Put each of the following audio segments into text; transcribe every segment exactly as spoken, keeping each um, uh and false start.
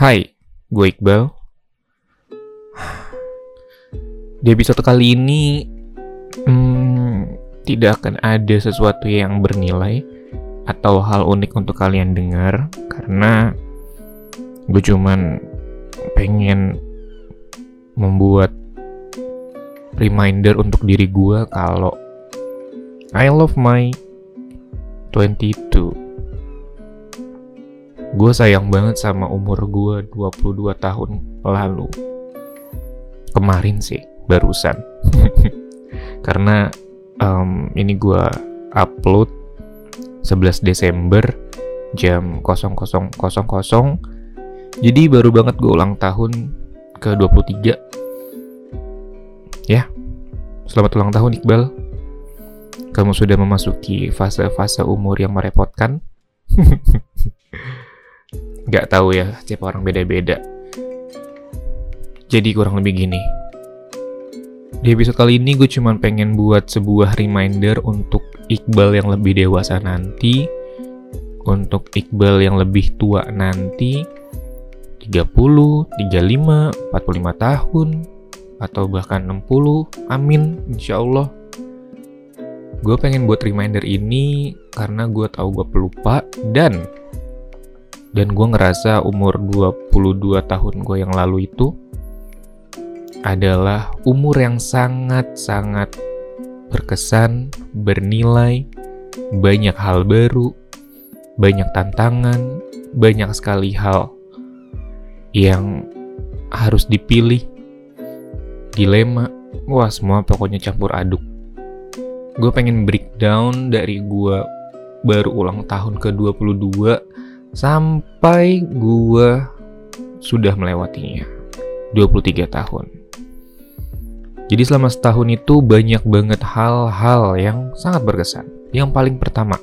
Hai, gue Iqbal. Di episode kali ini hmm, tidak akan ada sesuatu yang bernilai atau hal unik untuk kalian dengar, karena gue cuman pengen membuat reminder untuk diri gue kalau I love my twenty-two. Gue sayang banget sama umur gue dua puluh dua tahun lalu. Kemarin sih, barusan. Karena um, ini gue upload sebelas Desember jam nol nol nol nol. Jadi baru banget gue ulang tahun ke dua puluh tiga. Ya, selamat ulang tahun Iqbal. Kamu sudah memasuki fase-fase umur yang merepotkan. Gak tahu ya, setiap orang beda-beda. Jadi kurang lebih gini. Di episode kali ini gue cuma pengen buat sebuah reminder untuk Iqbal yang lebih dewasa nanti, untuk Iqbal yang lebih tua nanti, tiga puluh, tiga puluh lima, empat puluh lima tahun, atau bahkan enam puluh, amin, insya Allah. Gue pengen buat reminder ini karena gue tahu gue pelupa dan dan gue ngerasa umur dua puluh dua tahun gue yang lalu itu adalah umur yang sangat-sangat berkesan, bernilai, banyak hal baru, banyak tantangan, banyak sekali hal yang harus dipilih, dilema, wah semua pokoknya campur aduk. Gue pengen breakdown dari gue baru ulang tahun ke dua puluh dua sampai gue sudah melewatinya, dua puluh tiga tahun. Jadi selama setahun itu banyak banget hal-hal yang sangat berkesan. Yang paling pertama,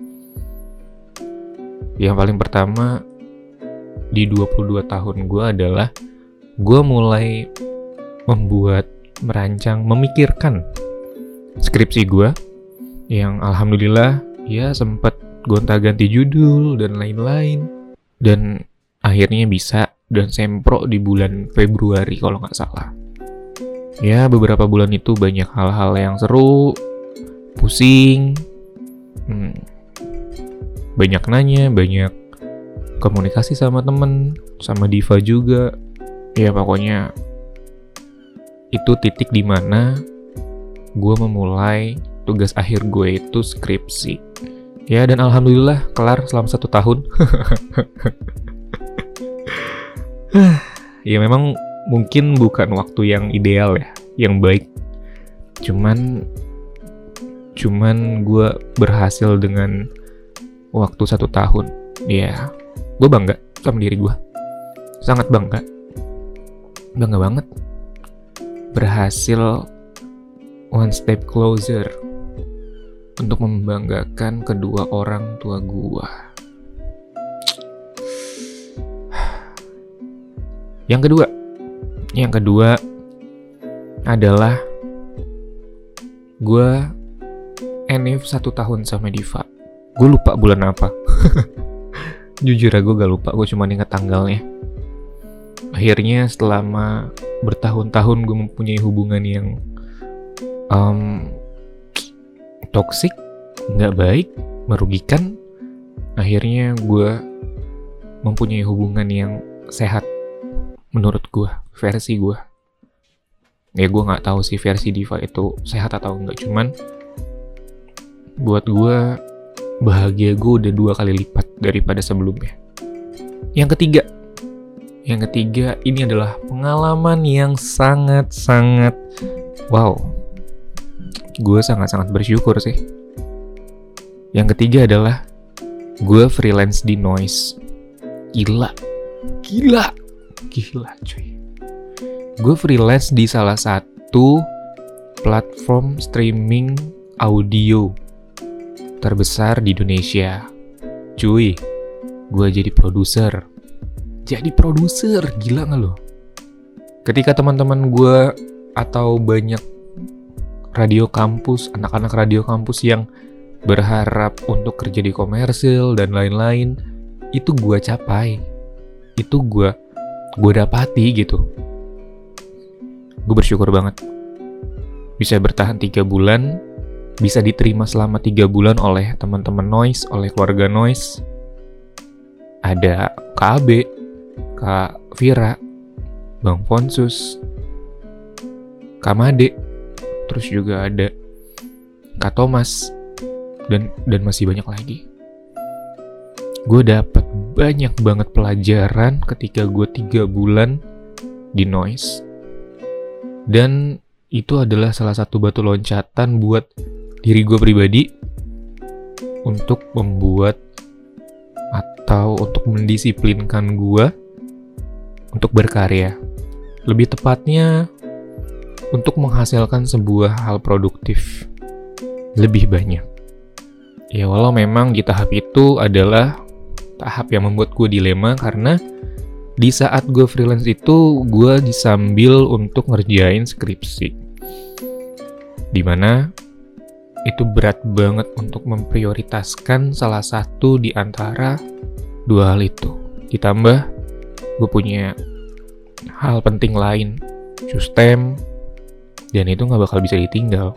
yang paling pertama di dua puluh dua tahun gue adalah gue mulai membuat, merancang, memikirkan skripsi gue yang alhamdulillah ya sempat gonta-ganti judul dan lain-lain, dan akhirnya bisa dan sempro di bulan Februari kalau nggak salah. Ya beberapa bulan itu banyak hal-hal yang seru, pusing, hmm, banyak nanya, banyak komunikasi sama temen, sama Diva juga. Ya pokoknya itu titik dimana gue memulai tugas akhir gue itu skripsi. Ya, dan alhamdulillah kelar selama satu tahun. Ya memang mungkin bukan waktu yang ideal ya, yang baik. Cuman, cuman gue berhasil dengan waktu satu tahun. Ya, gue bangga sama diri gue. Sangat bangga. Bangga banget. Berhasil one step closer untuk membanggakan kedua orang tua gua. Yang kedua, yang kedua adalah gua N F satu tahun sama Diva. Gue lupa bulan apa. Jujur aja gue gak lupa, gue cuma ingat tanggalnya. Akhirnya selama bertahun-tahun gue mempunyai hubungan yang um, toksik, nggak baik, merugikan. Akhirnya gue mempunyai hubungan yang sehat menurut gue, versi gue. Ya gue nggak tahu sih versi Diva itu sehat atau enggak, cuman buat gue bahagia gue udah dua kali lipat daripada sebelumnya. Yang ketiga, yang ketiga ini adalah pengalaman yang sangat-sangat wow. Gue sangat-sangat bersyukur sih. Yang ketiga adalah gue freelance di Noise. Gila. Gila. Gila cuy. Gue freelance di salah satu platform streaming audio terbesar di Indonesia. Cuy, gue jadi produser. Jadi produser, gila gak lo? Ketika teman-teman gue atau banyak radio kampus, anak-anak radio kampus yang berharap untuk kerja di komersil dan lain-lain, itu gue capai. Itu gue gue dapati gitu. Gue bersyukur banget bisa bertahan tiga bulan, bisa diterima selama tiga bulan oleh teman-teman Noise, oleh keluarga Noise. Ada Kak Abe, Kak Vira, Bang Ponsus, Kak Made, terus juga ada Kak Thomas, dan dan masih banyak lagi. Gue dapat banyak banget pelajaran ketika gue tiga bulan di Noise. Dan itu adalah salah satu batu loncatan buat diri gue pribadi untuk membuat atau untuk mendisiplinkan gue untuk berkarya. Lebih tepatnya untuk menghasilkan sebuah hal produktif lebih banyak. Ya walau memang di tahap itu adalah tahap yang membuat gue dilema, karena di saat gue freelance itu gue disambil untuk ngerjain skripsi, dimana itu berat banget untuk memprioritaskan salah satu di antara dua hal itu. Ditambah gue punya hal penting lain, Sustem, dan itu gak bakal bisa ditinggal.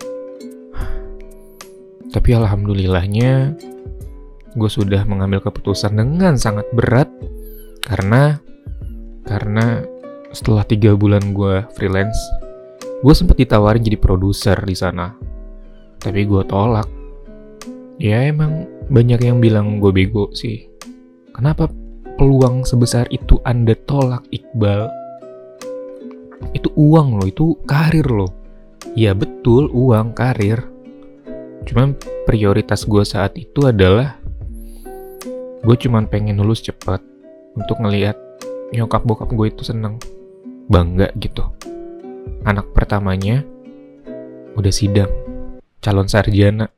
Tapi alhamdulillahnya gue sudah mengambil keputusan dengan sangat berat, karena karena setelah tiga bulan gue freelance, gue sempat ditawarin jadi produser di sana, tapi gue tolak. Ya emang banyak yang bilang gue bego sih. Kenapa peluang sebesar itu Anda tolak, Iqbal? Itu uang loh, itu karir loh. Ya betul, uang, karir. Cuman prioritas gue saat itu adalah gue cuman pengen lulus cepat untuk ngelihat nyokap bokap gue itu seneng, bangga gitu. Anak pertamanya udah sidang, calon sarjana.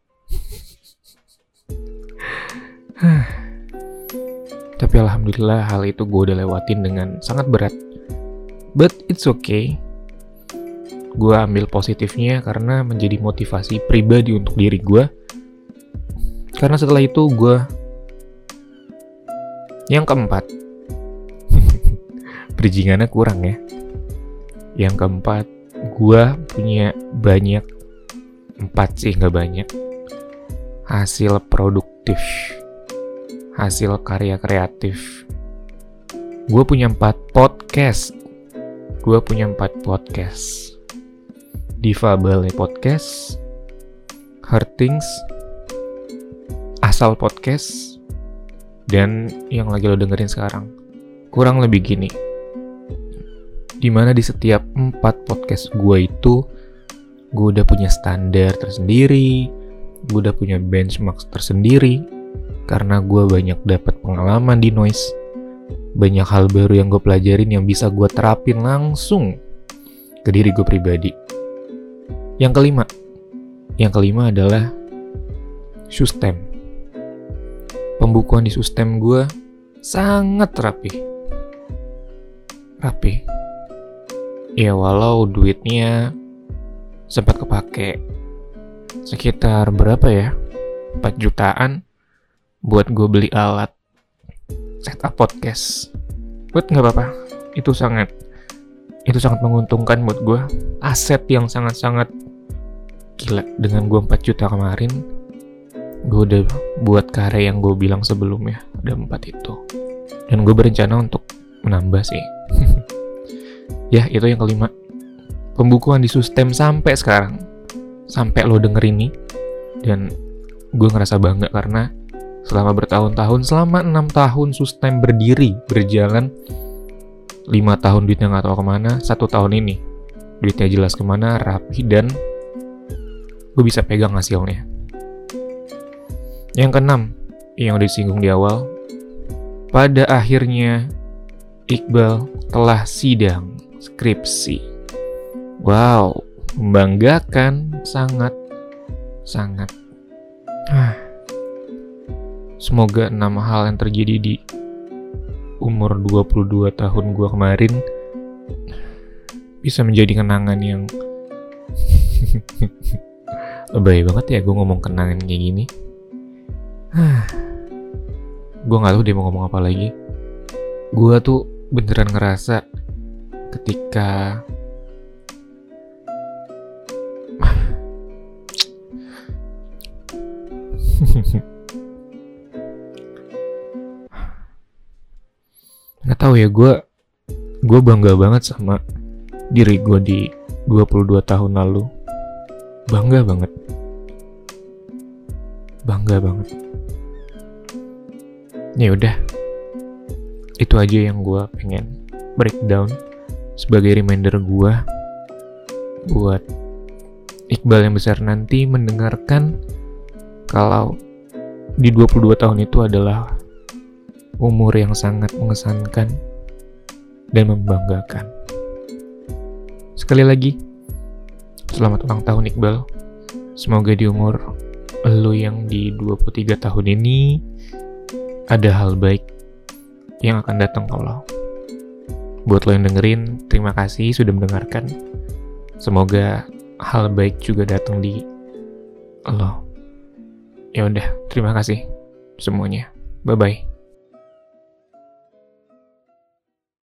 Tapi alhamdulillah hal itu gue udah lewatin dengan sangat berat. But it's okay. Gue ambil positifnya karena menjadi motivasi pribadi untuk diri gue. Karena setelah itu gue yang keempat, bridgingannya kurang ya. Yang keempat, gue punya banyak, empat sih gak banyak, hasil produktif, hasil karya kreatif. Gue punya empat podcast. Gue punya empat podcast. Difabel Podcast, Heartings, Asal Podcast, dan yang lagi lo dengerin sekarang. Kurang lebih gini, dimana di setiap empat podcast gue itu gue udah punya standar tersendiri, gue udah punya benchmark tersendiri, karena gue banyak dapat pengalaman di Noise, banyak hal baru yang gue pelajarin yang bisa gue terapin langsung ke diri gue pribadi. Yang kelima, yang kelima adalah Sustem. Pembukuan di Sustem gue sangat rapi, rapi. Ya walau duitnya sempat kepake sekitar berapa ya, empat jutaan buat gue beli alat setup podcast. Buat nggak apa-apa, itu sangat itu sangat menguntungkan buat gue. Aset yang sangat-sangat gila. Dengan gue empat juta kemarin, gue udah buat karya yang gue bilang sebelumnya, ada empat itu. Dan gue berencana untuk menambah sih. Ya, itu yang kelima. Pembukuan di Sustem sampai sekarang, sampai lo denger ini. Dan gue ngerasa bangga karena selama bertahun-tahun, selama enam tahun Sustem berdiri, berjalan, lima tahun duitnya gak tahu kemana, satu tahun ini duitnya jelas kemana, rapi, dan gue bisa pegang hasilnya. Yang keenam, yang udah disinggung di awal, pada akhirnya Iqbal telah sidang skripsi. Wow, membanggakan, sangat, sangat. Ah. Semoga enam hal yang terjadi di umur dua puluh dua tahun gue kemarin bisa menjadi kenangan yang lebay banget ya gue ngomong kenangan kayak gini. Gue gak tahu dia mau ngomong apa lagi. Gue tuh beneran ngerasa ketika nggak tahu ya, gue gue bangga banget sama diri gue di dua puluh dua tahun lalu. Bangga banget. Bangga banget. Ya udah. Itu aja yang gue pengen breakdown sebagai reminder gue buat Iqbal yang besar nanti mendengarkan kalau di dua puluh dua tahun itu adalah umur yang sangat mengesankan dan membanggakan. Sekali lagi, selamat ulang tahun Iqbal. Semoga di umur lo yang di dua puluh tiga tahun ini ada hal baik yang akan datang ke lo. Buat lo yang dengerin, terima kasih sudah mendengarkan. Semoga hal baik juga datang di lo. Ya udah, terima kasih semuanya. Bye bye.